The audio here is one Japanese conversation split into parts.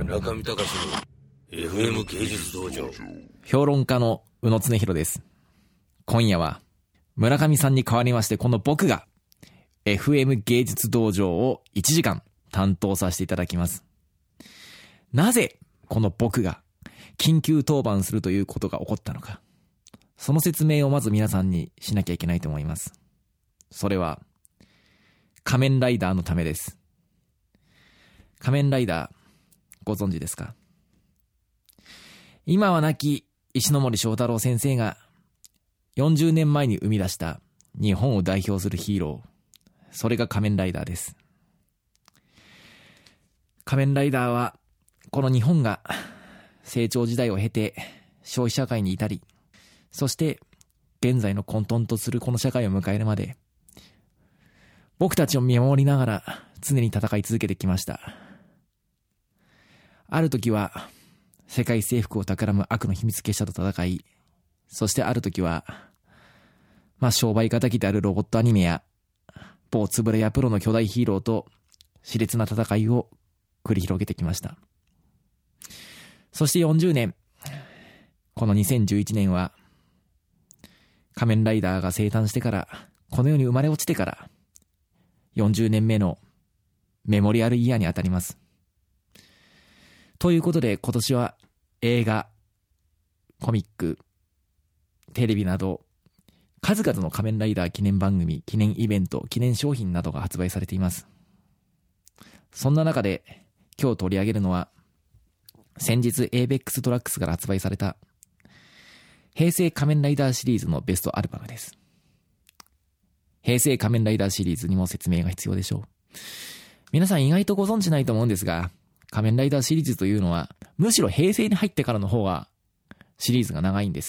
中見隆の FM 芸術道場。 評論家の宇野恒弘です。今夜は村上さんに代わりまして、この僕が FM 芸術道場を1時間担当させていただきます。なぜこの僕が緊急当番するということが起こったのか、その説明をまず皆さんにしなきゃいけないと思います。それは仮面ライダーのためです。仮面ライダーご存知ですか？今は亡き石ノ森章太郎先生が40年前に生み出した日本を代表するヒーロー、それが仮面ライダーです。仮面ライダーはこの日本が成長時代を経て消費社会に至り、そして現在の混沌とするこの社会を迎えるまで、僕たちを見守りながら常に戦い続けてきました。ある時は世界征服を企む悪の秘密結社と戦い、そしてある時は商売敵であるロボットアニメや某つぶれやプロの巨大ヒーローと熾烈な戦いを繰り広げてきました。そして40年、この2011年は仮面ライダーが生誕してから、この世に生まれ落ちてから40年目のメモリアルイヤーにあたります。ということで今年は映画、コミック、テレビなど数々の仮面ライダー記念番組、記念イベント、記念商品などが発売されています。そんな中で今日取り上げるのは、先日 ABEX トラックスから発売された平成仮面ライダーシリーズのベストアルバムです。平成仮面ライダーシリーズにも説明が必要でしょう。皆さん意外とご存知ないと思うんですが、仮面ライダーシリーズというのはむしろ平成に入ってからの方がシリーズが長いんです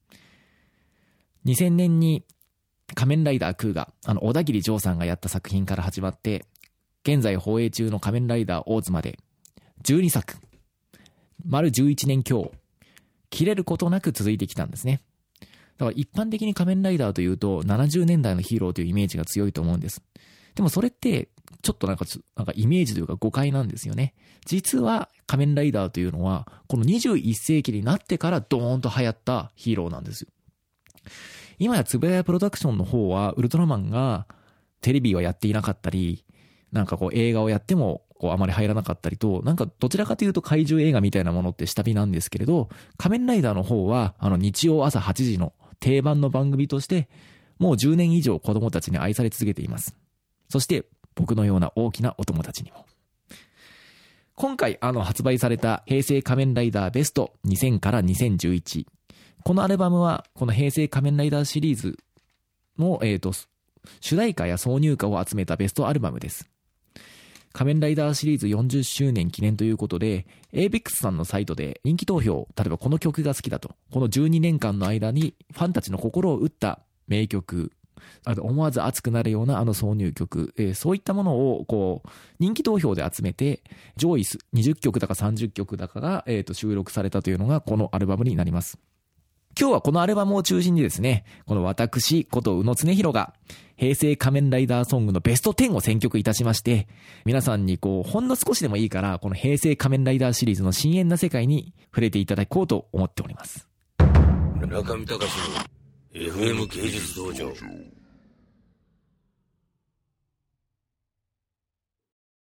。2000年に仮面ライダークーガ、小田切丈さんがやった作品から始まって、現在放映中の仮面ライダーオーズまで12作、丸11年強、切れることなく続いてきたんですね。だから一般的に仮面ライダーというと70年代のヒーローというイメージが強いと思うんです。でもそれってちょっとなんかイメージというか誤解なんですよね。実は仮面ライダーというのはこの21世紀になってからドーンと流行ったヒーローなんですよ。今やつぶややプロダクションの方はウルトラマンがテレビはやっていなかったり、映画をやってもあまり入らなかったりと、どちらかというと怪獣映画みたいなものって下火なんですけれど、仮面ライダーの方は日曜朝8時の定番の番組としてもう10年以上子供たちに愛され続けています。そして僕のような大きなお友達にも。今回発売された平成仮面ライダーベスト2000から2011、このアルバムはこの平成仮面ライダーシリーズの主題歌や挿入歌を集めたベストアルバムです。仮面ライダーシリーズ40周年記念ということで ABEX さんのサイトで人気投票、例えばこの曲が好きだと、この12年間の間にファンたちの心を打った名曲、思わず熱くなるような挿入曲、そういったものを人気投票で集めて上位20曲だか30曲だかが、収録されたというのがこのアルバムになります。今日はこのアルバムを中心にですね、この私こと宇野恒弘が平成仮面ライダーソングのベスト10を選曲いたしまして、皆さんにほんの少しでもいいからこの平成仮面ライダーシリーズの深遠な世界に触れていただこうと思っております。 中見隆の FM 芸術道場。